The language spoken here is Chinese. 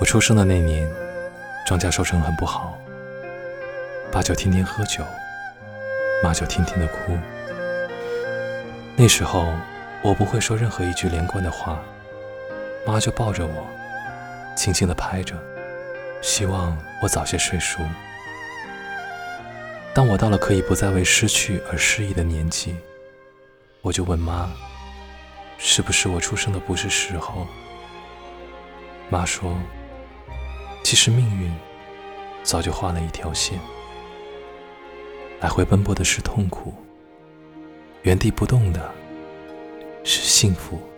我出生的那年，庄稼收成很不好，爸就天天喝酒，妈就天天的哭。那时候我不会说任何一句连贯的话，妈就抱着我，轻轻地拍着，希望我早些睡熟。当我到了可以不再为失去而失意的年纪，我就问妈，是不是我出生的不是时候？妈说，其实命运早就画了一条线，来回奔波的是痛苦，原地不动的是幸福。